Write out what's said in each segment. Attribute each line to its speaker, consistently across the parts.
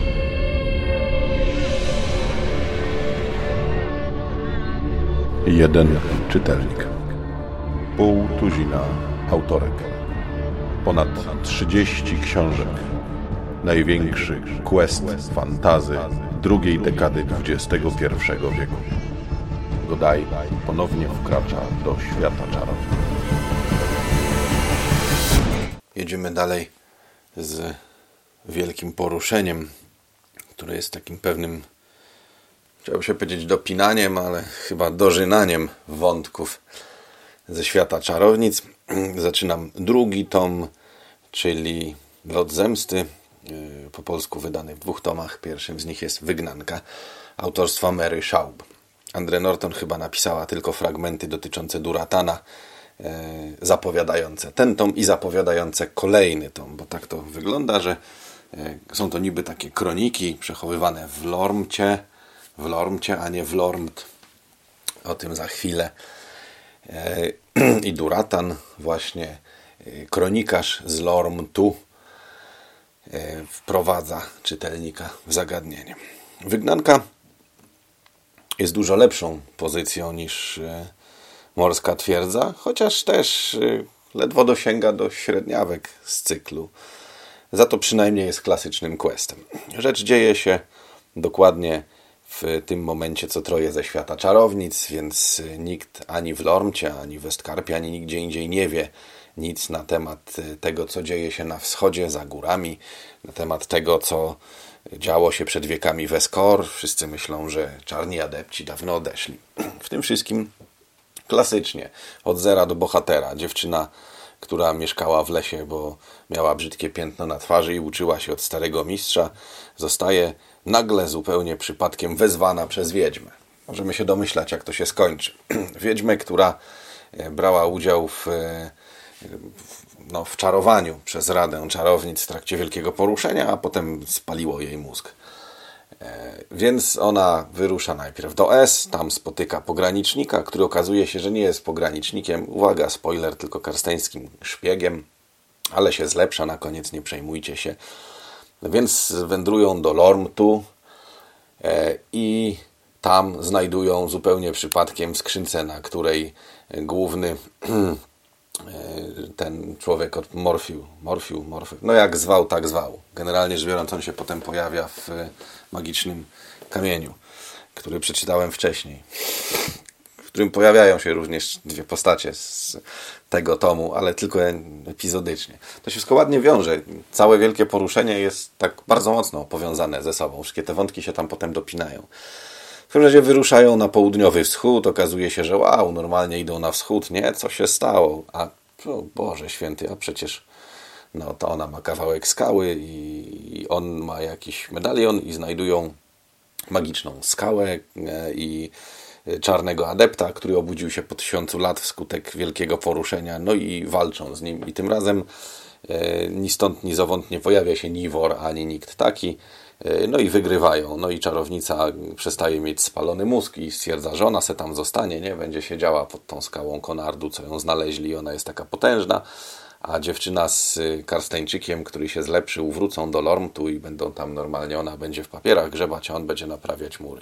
Speaker 1: Jeden czytelnik, pół tuzina autorek, ponad 30 książek, największy quest fantazy drugiej dekady XXI wieku. Godaj ponownie wkracza do świata czarów.
Speaker 2: Jedziemy dalej z wielkim poruszeniem, które jest takim pewnym, chciałbym się powiedzieć dopinaniem, ale chyba dożynaniem wątków ze świata czarownic. Zaczynam drugi tom, czyli Lot Zemsty, po polsku wydany w 2 tomach. Pierwszym z nich jest Wygnanka, autorstwa Mary Schaub. Andre Norton chyba napisała tylko fragmenty dotyczące Duratana, zapowiadające ten tom i zapowiadające kolejny tom, bo tak to wygląda, że są to niby takie kroniki przechowywane w Lormcie, a nie w Lormt. O tym za chwilę. I Duratan, właśnie kronikarz z Lormtu, wprowadza czytelnika w zagadnienie. Wygnanka jest dużo lepszą pozycją niż Morska Twierdza, chociaż też ledwo dosięga do średniawek z cyklu. Za to przynajmniej jest klasycznym questem. Rzecz dzieje się dokładnie w tym momencie, co troje ze świata czarownic, więc nikt ani w Lormcie, ani w Westkarpie, ani nigdzie indziej nie wie nic na temat tego, co dzieje się na wschodzie, za górami, na temat tego, co działo się przed wiekami w Eskor. Wszyscy myślą, że czarni adepci dawno odeszli. W tym wszystkim klasycznie, od zera do bohatera. Dziewczyna, która mieszkała w lesie, bo miała brzydkie piętno na twarzy i uczyła się od starego mistrza, zostaje nagle, zupełnie przypadkiem wezwana przez wiedźmę. Możemy się domyślać, jak to się skończy. Wiedźmę, która brała udział w czarowaniu przez Radę Czarownic w trakcie wielkiego poruszenia, a potem spaliło jej mózg. Więc ona wyrusza najpierw do S, tam spotyka pogranicznika, który okazuje się, że nie jest pogranicznikiem. Uwaga, spoiler, tylko karsteńskim szpiegiem, ale się zlepsza na koniec, nie przejmujcie się. Więc wędrują do Lormtu i tam znajdują zupełnie przypadkiem skrzynce, na której główny ten człowiek od Morfiu, no jak zwał, tak zwał. Generalnie rzecz biorąc, on się potem pojawia w magicznym kamieniu, który przeczytałem wcześniej, w którym pojawiają się również 2 postacie z tego tomu, ale tylko epizodycznie. To się wszystko ładnie wiąże. Całe wielkie poruszenie jest tak bardzo mocno powiązane ze sobą. Wszystkie te wątki się tam potem dopinają. W każdym razie wyruszają na południowy wschód. Okazuje się, że normalnie idą na wschód. Nie, co się stało? A Boże Święty, a przecież to ona ma kawałek skały i on ma jakiś medalion i znajdują magiczną skałę i czarnego adepta, który obudził się po 1000 lat wskutek wielkiego poruszenia, no i walczą z nim. I tym razem ni stąd, ni zowąd nie pojawia się Niwor ani nikt taki. No i wygrywają. No i czarownica przestaje mieć spalony mózg i stwierdza, że ona se tam zostanie, nie? Będzie siedziała pod tą skałą Konardu, co ją znaleźli, ona jest taka potężna, a dziewczyna z Karsteńczykiem, który się zlepszył, wrócą do Lormtu i będą tam normalnie, ona będzie w papierach grzebać, a on będzie naprawiać mury.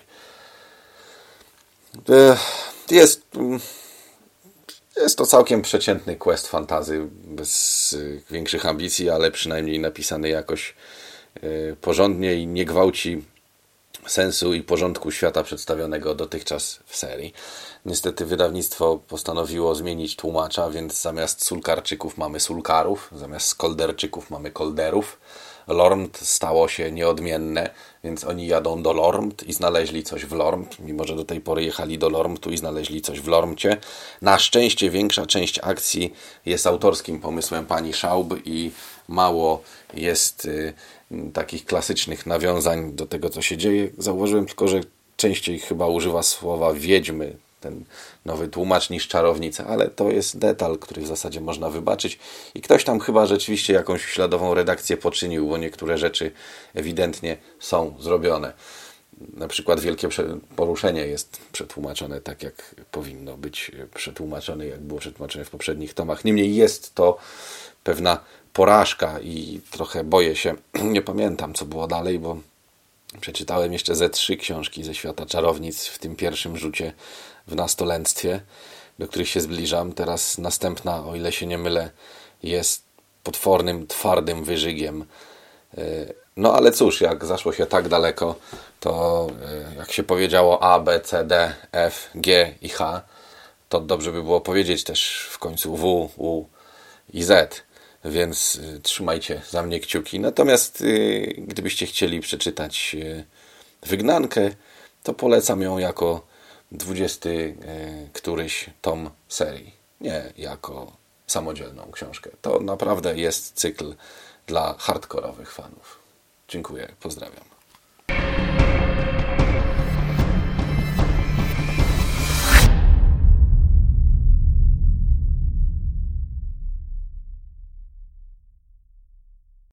Speaker 2: Jest to całkiem przeciętny quest fantasy, bez większych ambicji, ale przynajmniej napisany jakoś porządnie i nie gwałci sensu i porządku świata przedstawionego dotychczas w serii. Niestety wydawnictwo postanowiło zmienić tłumacza, więc zamiast Sulkarczyków mamy Sulkarów, zamiast Skolderczyków mamy Kolderów. Lormt stało się nieodmienne, więc oni jadą do Lormt i znaleźli coś w Lormt, mimo że do tej pory jechali do Lormtu i znaleźli coś w Lormcie. Na szczęście większa część akcji jest autorskim pomysłem pani Schaub i mało jest takich klasycznych nawiązań do tego, co się dzieje. Zauważyłem tylko, że częściej chyba używa słowa wiedźmy, ten nowy tłumacz, niż czarownica, ale to jest detal, który w zasadzie można wybaczyć i ktoś tam chyba rzeczywiście jakąś śladową redakcję poczynił, bo niektóre rzeczy ewidentnie są zrobione. Na przykład wielkie poruszenie jest przetłumaczone tak, jak powinno być przetłumaczone, jak było przetłumaczone w poprzednich tomach. Niemniej jest to pewna porażka i trochę boję się, nie pamiętam, co było dalej, bo Przeczytałem jeszcze ze 3 książki ze świata czarownic w tym pierwszym rzucie w nastolenstwie, do których się zbliżam. Teraz następna, o ile się nie mylę, jest potwornym, twardym wyżygiem. No ale cóż, jak zaszło się tak daleko, to jak się powiedziało A, B, C, D, F, G i H, to dobrze by było powiedzieć też w końcu W, U i Z. Więc trzymajcie za mnie kciuki. Natomiast gdybyście chcieli przeczytać Wygnankę, to polecam ją jako 20 któryś tom serii. Nie jako samodzielną książkę. To naprawdę jest cykl dla hardkorowych fanów. Dziękuję, pozdrawiam.